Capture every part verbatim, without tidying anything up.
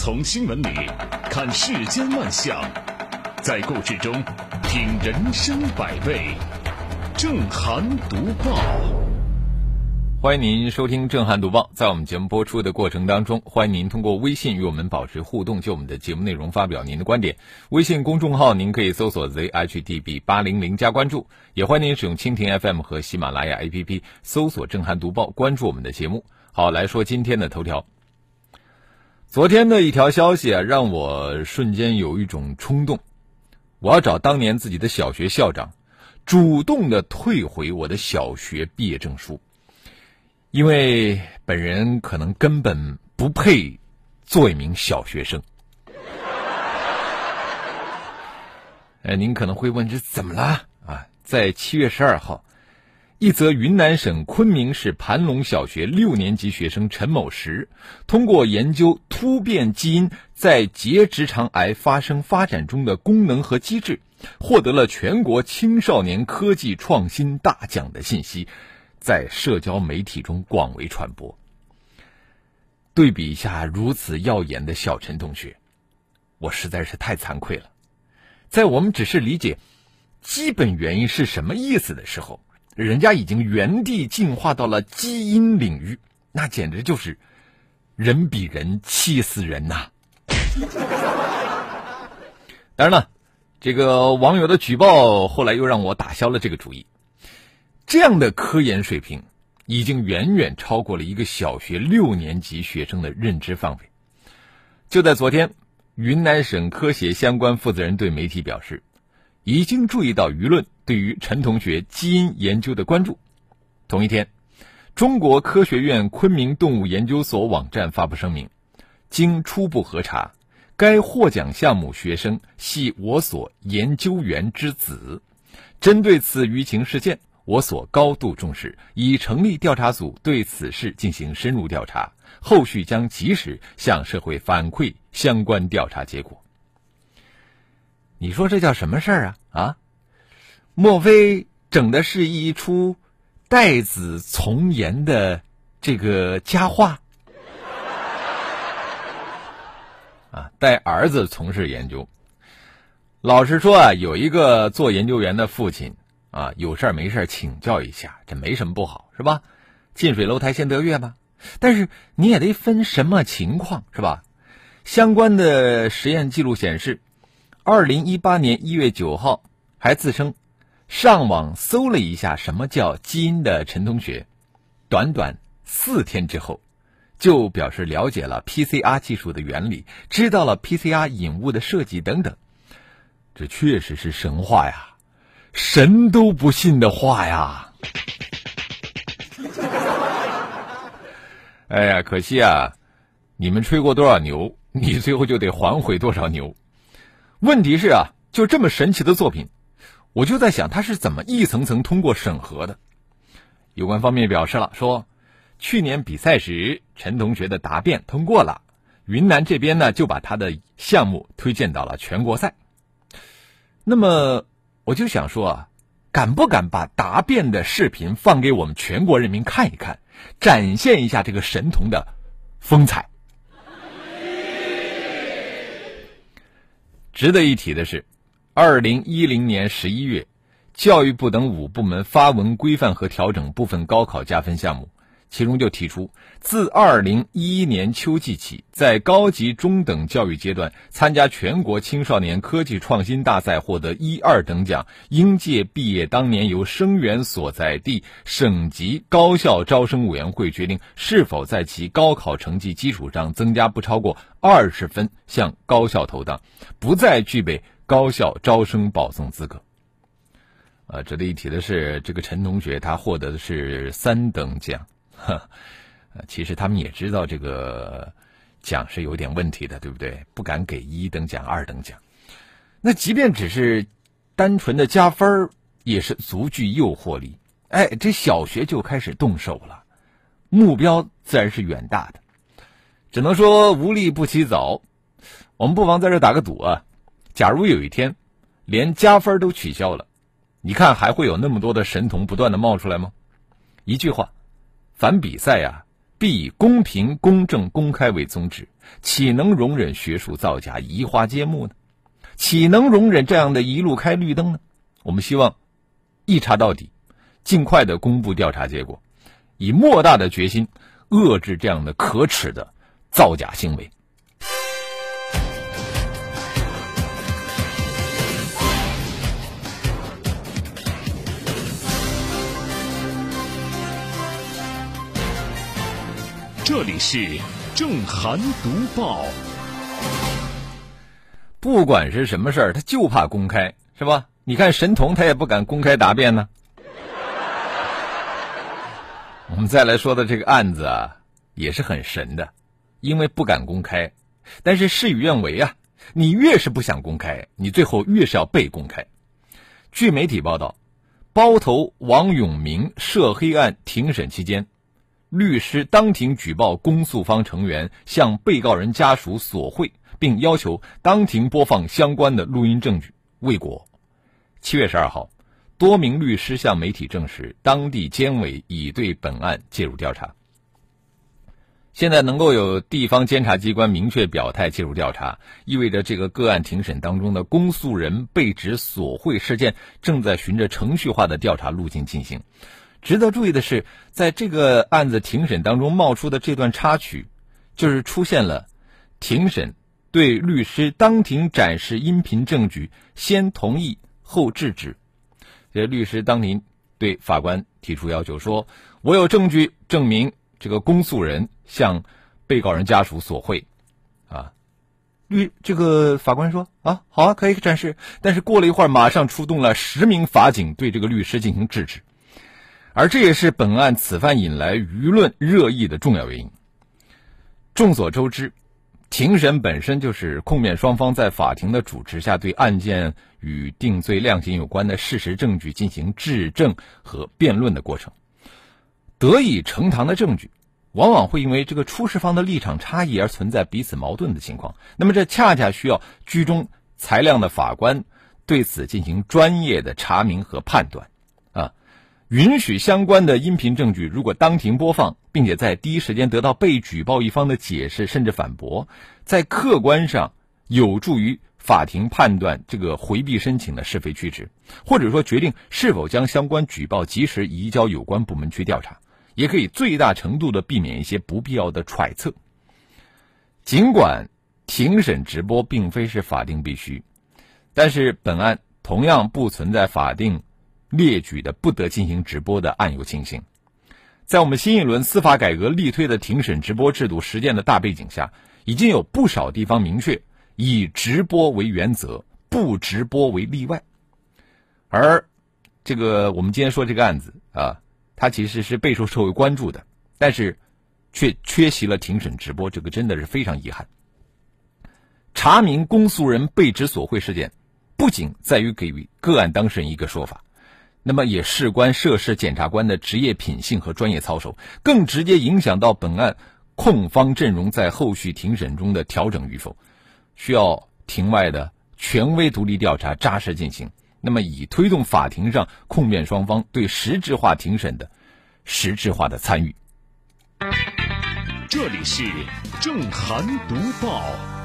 从新闻里看世间万象，在故事中品人生百味。正涵读报， 欢迎您收听正涵读报。在我们节目播出的过程当中，欢迎您通过微信与我们保持互动，就我们的节目内容发表您的观点。微信公众号您可以搜索 Z H D B 八零零 加关注，也欢迎您使用蜻蜓 F M 和喜马拉雅 A P P 搜索正涵读报，关注我们的节目。好，来说今天的头条。昨天的一条消息啊，让我瞬间有一种冲动，我要找当年自己的小学校长，主动的退回我的小学毕业证书，因为本人可能根本不配做一名小学生。呃，您可能会问，这怎么了啊？在七月十二号，一则云南省昆明市盘龙小学六年级学生陈某石通过研究突变基因在结直肠癌发生发展中的功能和机制，获得了全国青少年科技创新大奖的信息，在社交媒体中广为传播。对比一下如此耀眼的小陈同学，我实在是太惭愧了。在我们只是理解基本原因是什么意思的时候，人家已经原地进化到了基因领域，那简直就是人比人气死人呐、啊！当然了，这个网友的举报后来又让我打消了这个主意。这样的科研水平已经远远超过了一个小学六年级学生的认知范围。就在昨天，云南省科协相关负责人对媒体表示，已经注意到舆论对于陈同学基因研究的关注。同一天，中国科学院昆明动物研究所网站发布声明，经初步核查，该获奖项目学生系我所研究员之子。针对此舆情事件，我所高度重视，已成立调查组对此事进行深入调查，后续将及时向社会反馈相关调查结果。你说这叫什么事儿啊？啊，莫非整的是一出带子从严的这个佳话？啊，带儿子从事研究。老实说啊，有一个做研究员的父亲啊，有事儿没事儿请教一下，这没什么不好，是吧？近水楼台先得月吧。但是你也得分什么情况，是吧？相关的实验记录显示，二零一八年一月九号，还自称上网搜了一下什么叫基因的陈同学，短短四天之后，就表示了解了 P C R 技术的原理，知道了 P C R 引物的设计等等。这确实是神话呀，神都不信的话呀。哎呀，可惜啊，你们吹过多少牛，你最后就得还回多少牛。问题是啊，就这么神奇的作品，我就在想它是怎么一层层通过审核的。有关方面表示了，说去年比赛时陈同学的答辩通过了，云南这边呢就把他的项目推荐到了全国赛。那么我就想说啊，敢不敢把答辩的视频放给我们全国人民看一看，展现一下这个神童的风采。值得一提的是，二零一零年十一月，教育部等五部门发文规范和调整部分高考加分项目，其中就提出，自二零一一年秋季起，在高级中等教育阶段参加全国青少年科技创新大赛获得一二等奖，应届毕业当年由生源所在地省级高校招生委员会决定是否在其高考成绩基础上增加不超过二十分向高校投档，不再具备高校招生保送资格。呃，值得一提的是，这个陈同学他获得的是三等奖。呵，其实他们也知道这个奖是有点问题的，对不对？不敢给一等奖、二等奖。那即便只是单纯的加分，也是足具诱惑力。哎，这小学就开始动手了，目标自然是远大的。只能说无利不起早。我们不妨在这打个赌啊，假如有一天连加分都取消了，你看还会有那么多的神童不断的冒出来吗？一句话，凡比赛呀、啊， 必以公平、公正、公开为宗旨，岂能容忍学术造假、移花接木呢？岂能容忍这样的一路开绿灯呢？我们希望一查到底，尽快的公布调查结果，以莫大的决心遏制这样的可耻的造假行为。 这里是正涵读报。 不管是什么事儿，他就怕公开，是吧？你看神童他也不敢公开答辩呢。我们再来说的这个案子啊，也是很神的，因为不敢公开，但是事与愿违啊。你越是不想公开，你最后越是要被公开。据媒体报道，包头王永明涉黑案庭审期间，律师当庭举报公诉方成员向被告人家属索贿，并要求当庭播放相关的录音证据，未果。七月十二号，多名律师向媒体证实，当地监委已对本案介入调查。现在能够有地方监察机关明确表态介入调查，意味着这个个案庭审当中的公诉人被指索贿事件正在循着程序化的调查路径进行。值得注意的是，在这个案子庭审当中冒出的这段插曲，就是出现了庭审对律师当庭展示音频证据，先同意后制止。这律师当庭对法官提出要求说，我有证据证明这个公诉人向被告人家属索贿啊。律这个法官说啊，好啊，可以展示。但是过了一会儿，马上出动了十名法警对这个律师进行制止。而这也是本案此番引来舆论热议的重要原因。众所周知，庭审本身就是控辩双方在法庭的主持下对案件与定罪量刑有关的事实证据进行质证和辩论的过程。得以呈堂的证据往往会因为这个出事方的立场差异而存在彼此矛盾的情况，那么这恰恰需要居中裁量的法官对此进行专业的查明和判断啊。允许相关的音频证据如果当庭播放，并且在第一时间得到被举报一方的解释甚至反驳，在客观上有助于法庭判断这个回避申请的是非曲直，或者说决定是否将相关举报及时移交有关部门去调查，也可以最大程度的避免一些不必要的揣测。尽管庭审直播并非是法定必须，但是本案同样不存在法定列举的不得进行直播的案由情形。在我们新一轮司法改革力推的庭审直播制度实践的大背景下，已经有不少地方明确以直播为原则，不直播为例外。而这个我们今天说这个案子啊，它其实是备受社会关注的，但是却缺席了庭审直播，这个真的是非常遗憾。查明公诉人被指索贿事件，不仅在于给予个案当事人一个说法，那么也事关涉事检察官的职业品性和专业操守，更直接影响到本案控方阵容在后续庭审中的调整与否，需要庭外的权威独立调查扎实进行，那么以推动法庭上控辩双方对实质化庭审的实质化的参与。 这里是正涵读报。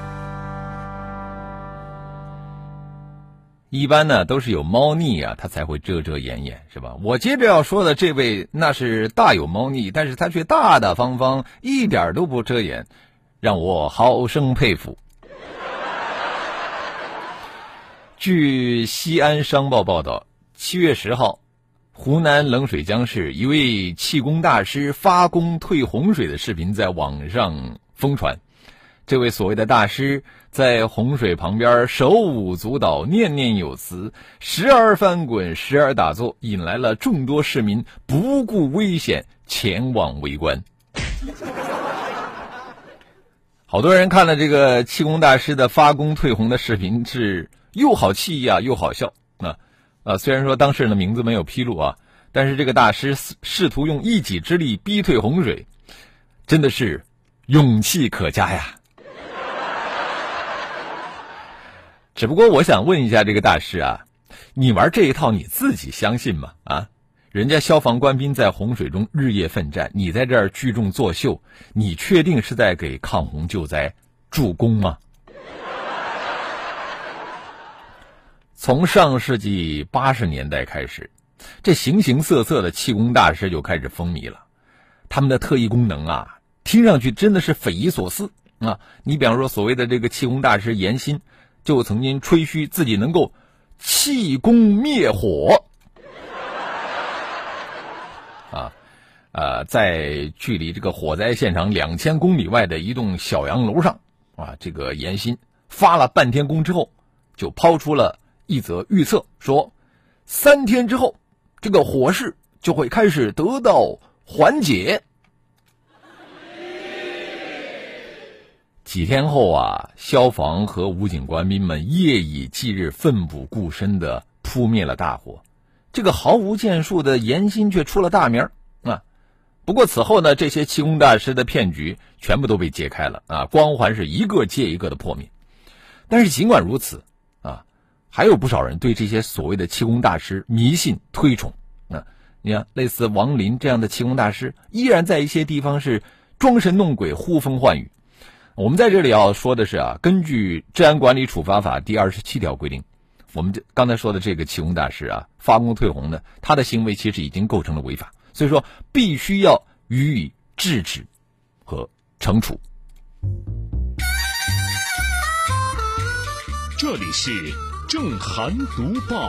一般呢都是有猫腻啊，他才会遮遮掩掩，是吧？我接着要说的这位那是大有猫腻，但是他却大大方方，一点都不遮掩，让我好生佩服。据西安商报报道，七月十号，湖南冷水江市一位气功大师发功退洪水的视频在网上疯传。这位所谓的大师在洪水旁边手舞足蹈，念念有词，时而翻滚，时而打坐，引来了众多市民不顾危险前往围观。好多人看了这个气功大师的发功退洪的视频，是又好气呀、啊、又好笑啊啊！虽然说当事人的名字没有披露啊，但是这个大师试图用一己之力逼退洪水，真的是勇气可嘉呀。只不过我想问一下这个大师啊，你玩这一套你自己相信吗？啊， 人家消防官兵在洪水中日夜奋战，你在这儿聚众作秀，你确定是在给抗洪救灾助攻吗？从上世纪八十年代开始，这形形色色的气功大师就开始风靡了。他们的特异功能啊，听上去真的是匪夷所思啊！你比方说，所谓的这个气功大师严心，就曾经吹嘘自己能够气功灭火啊。呃，在距离这个火灾现场两千公里外的一栋小洋楼上啊，这个严心发了半天功之后，就抛出了一则预测，说三天之后，这个火势就会开始得到缓解。几天后啊，消防和武警官兵们夜以继日，奋不顾身地扑灭了大火。这个毫无建树的严心却出了大名啊！不过此后呢，这些气功大师的骗局全部都被揭开了啊，光环是一个接一个的破灭。但是尽管如此啊，还有不少人对这些所谓的气功大师迷信推崇啊。你看，类似王林这样的气功大师，依然在一些地方是装神弄鬼、呼风唤雨。我们在这里要说的是啊，根据《治安管理处罚法》第二十七条规定，我们刚才说的这个气功大师啊，发功退洪的，他的行为其实已经构成了违法，所以说必须要予以制止和惩处。 这里是正涵读报。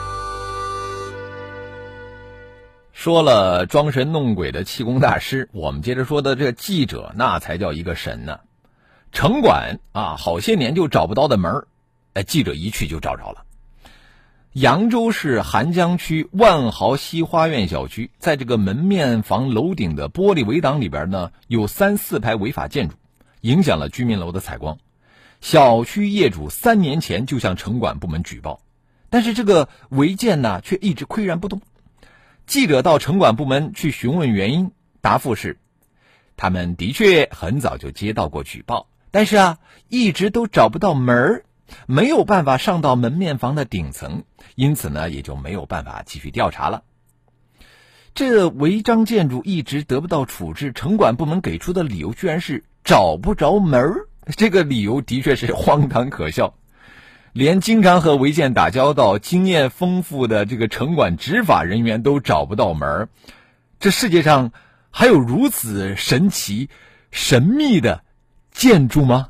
说了装神弄鬼的气功大师，我们接着说的这个记者，那才叫一个神呢。城管啊，好些年就找不到的门，哎，记者一去就找着了。扬州市邗江区万豪西花苑小区，在这个门面房楼顶的玻璃围挡里边呢，有三四排违法建筑，影响了居民楼的采光。小区业主三年前就向城管部门举报，但是这个违建呢，却一直岿然不动。记者到城管部门去询问原因，答复是，他们的确很早就接到过举报，但是啊，一直都找不到门儿，没有办法上到门面房的顶层，因此呢，也就没有办法继续调查了。这违章建筑一直得不到处置，城管部门给出的理由居然是找不着门儿，这个理由的确是荒唐可笑。连经常和违建打交道、经验丰富的这个城管执法人员都找不到门儿，这世界上还有如此神奇、神秘的建筑吗？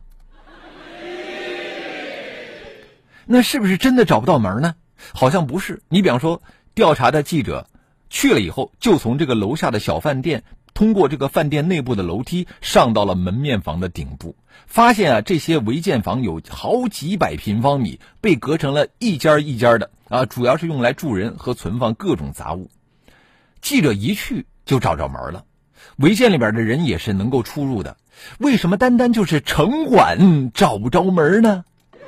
那是不是真的找不到门呢？好像不是。你比方说，调查的记者去了以后，就从这个楼下的小饭店，通过这个饭店内部的楼梯上到了门面房的顶部，发现啊，这些违建房有好几百平方米，被隔成了一间一间的啊，主要是用来住人和存放各种杂物。记者一去就找着门了，违建里边的人也是能够出入的，为什么单单就是城管找不着门呢？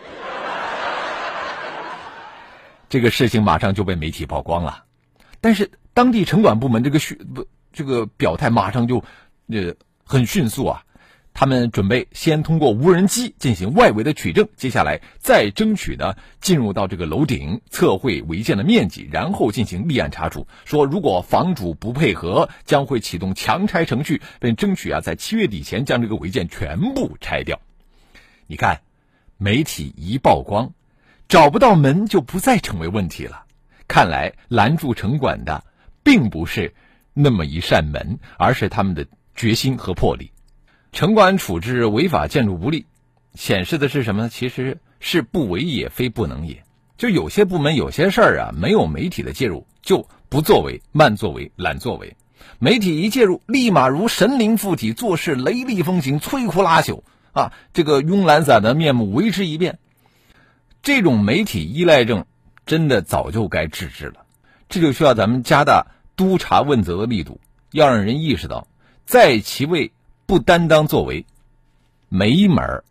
这个事情马上就被媒体曝光了，但是当地城管部门这个迅不这个表态马上就呃很迅速啊，他们准备先通过无人机进行外围的取证，接下来再争取呢进入到这个楼顶测绘违建的面积，然后进行立案查处。说如果房主不配合，将会启动强拆程序，并争取啊在七月底前将这个违建全部拆掉。你看，媒体一曝光，找不到门就不再成为问题了。看来拦住城管的并不是那么一扇门，而是他们的决心和魄力。城管处置违法建筑不力，显示的是什么呢？其实是不为也非不能也。就有些部门有些事儿啊，没有媒体的介入，就不作为、慢作为、懒作为。媒体一介入，立马如神灵附体，做事雷厉风行、摧枯拉朽啊！这个慵懒散的面目为之一变。这种媒体依赖症真的早就该制止了，这就需要咱们加大督查问责的力度，要让人意识到，在其位不担当作为，没门儿。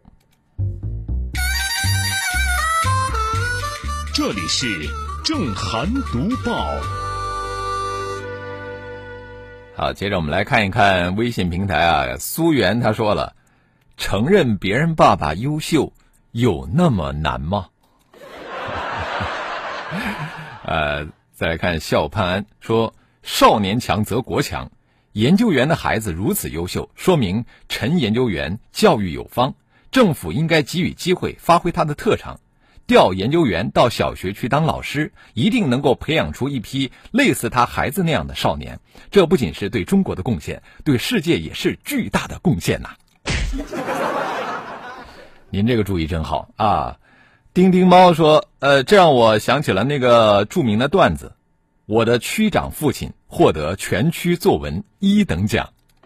这里是正涵读报。 好，接着我们来看一看微信平台啊，苏源他说了，承认别人爸爸优秀有那么难吗？呃，再来看笑潘安说， 少年强则国强。研究员的孩子如此优秀，说明陈研究员教育有方，政府应该给予机会发挥他的特长，调研究员到小学去当老师，一定能够培养出一批类似他孩子那样的少年。这不仅是对中国的贡献，对世界也是巨大的贡献呐、啊！您这个主意真好啊！丁丁猫说，呃，这让我想起了那个著名的段子，我的区长父亲获得全区作文一等奖。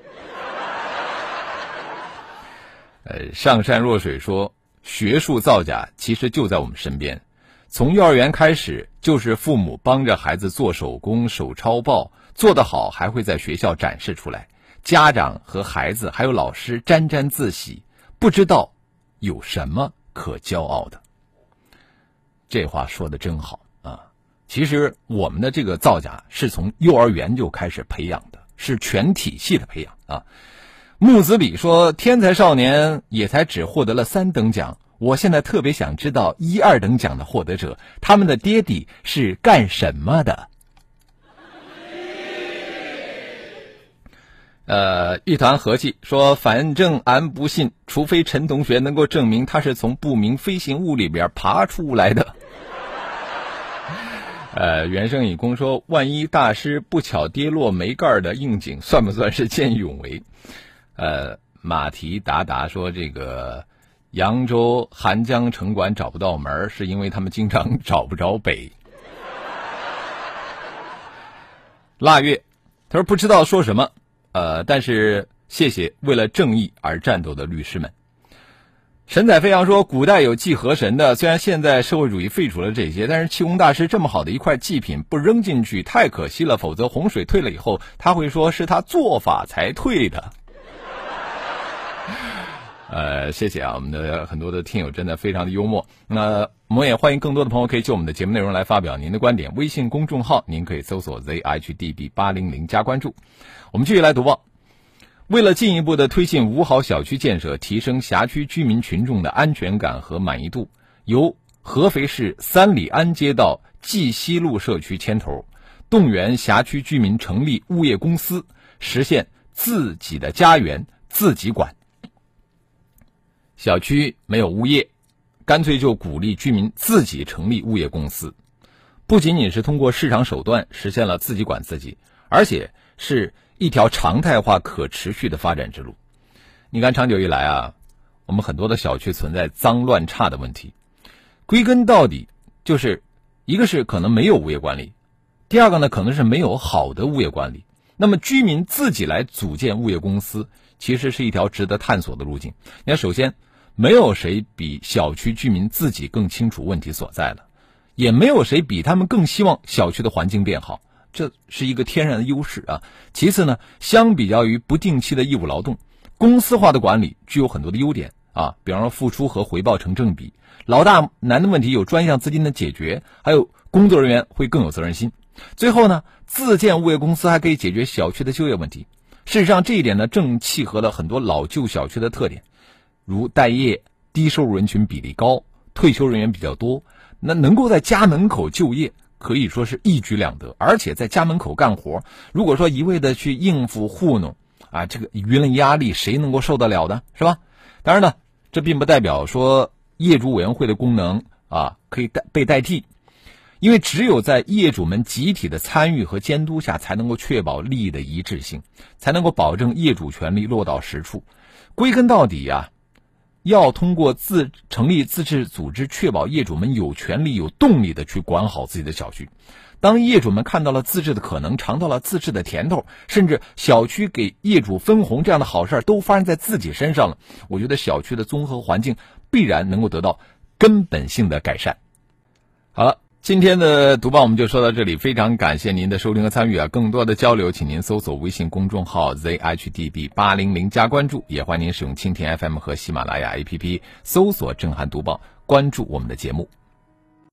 呃，上善若水说，学术造假其实就在我们身边，从幼儿园开始就是父母帮着孩子做手工、手抄报，做得好还会在学校展示出来，家长和孩子还有老师沾沾自喜，不知道有什么可骄傲的。这话说得真好啊！其实我们的这个造假是从幼儿园就开始培养的，是全体系的培养啊。木子李说，天才少年也才只获得了三等奖，我现在特别想知道一二等奖的获得者，他们的爹地是干什么的？呃，一团和气说，反正俺不信，除非陈同学能够证明他是从不明飞行物里边爬出来的。呃，原生以公说，万一大师不巧跌落没盖的硬井，算不算是见义勇为？呃，马蹄达达说，这个扬州韩江城管找不到门，是因为他们经常找不着北。腊月，他说不知道说什么。呃，但是谢谢为了正义而战斗的律师们。神采飞扬说，古代有祭河神的，虽然现在社会主义废除了这些，但是气功大师这么好的一块祭品不扔进去太可惜了，否则洪水退了以后他会说是他做法才退的。呃，谢谢啊，我们的很多的听友真的非常的幽默。那我们也欢迎更多的朋友可以就我们的节目内容来发表您的观点。微信公众号您可以搜索 Z H D B 八零零 加关注。我们继续来读报。为了进一步的推进五好小区建设，提升辖区居民群众的安全感和满意度，由合肥市三里安街道蓟西路社区牵头，动员辖区居民成立物业公司，实现自己的家园自己管。小区没有物业，干脆就鼓励居民自己成立物业公司，不仅仅是通过市场手段实现了自己管自己，而且是一条常态化可持续的发展之路。你看长久以来啊，我们很多的小区存在脏乱差的问题，归根到底就是一个是可能没有物业管理，第二个呢可能是没有好的物业管理。那么居民自己来组建物业公司其实是一条值得探索的路径。你看，首先没有谁比小区居民自己更清楚问题所在了，也没有谁比他们更希望小区的环境变好，这是一个天然的优势啊。其次呢，相比较于不定期的义务劳动，公司化的管理具有很多的优点啊，比方说付出和回报成正比，老大难的问题有专项资金的解决，还有工作人员会更有责任心。最后呢，自建物业公司还可以解决小区的就业问题。事实上这一点呢，正契合了很多老旧小区的特点，如待业、低收入人群比例高、退休人员比较多，那能够在家门口就业可以说是一举两得。而且在家门口干活，如果说一味的去应付糊弄啊，这个舆论压力谁能够受得了的，是吧？当然呢，这并不代表说业主委员会的功能啊可以代被代替，因为只有在业主们集体的参与和监督下，才能够确保利益的一致性，才能够保证业主权利落到实处。归根到底啊，要通过自成立自治组织，确保业主们有权利有动力的去管好自己的小区。当业主们看到了自治的可能，尝到了自治的甜头，甚至小区给业主分红这样的好事都发生在自己身上了，我觉得小区的综合环境必然能够得到根本性的改善。好了，今天的读报我们就说到这里，非常感谢您的收听和参与啊！更多的交流，请您搜索微信公众号 Z H D B 八零零 加关注，也欢迎您使用蜻蜓 F M 和喜马拉雅 A P P 搜索震撼读报，关注我们的节目。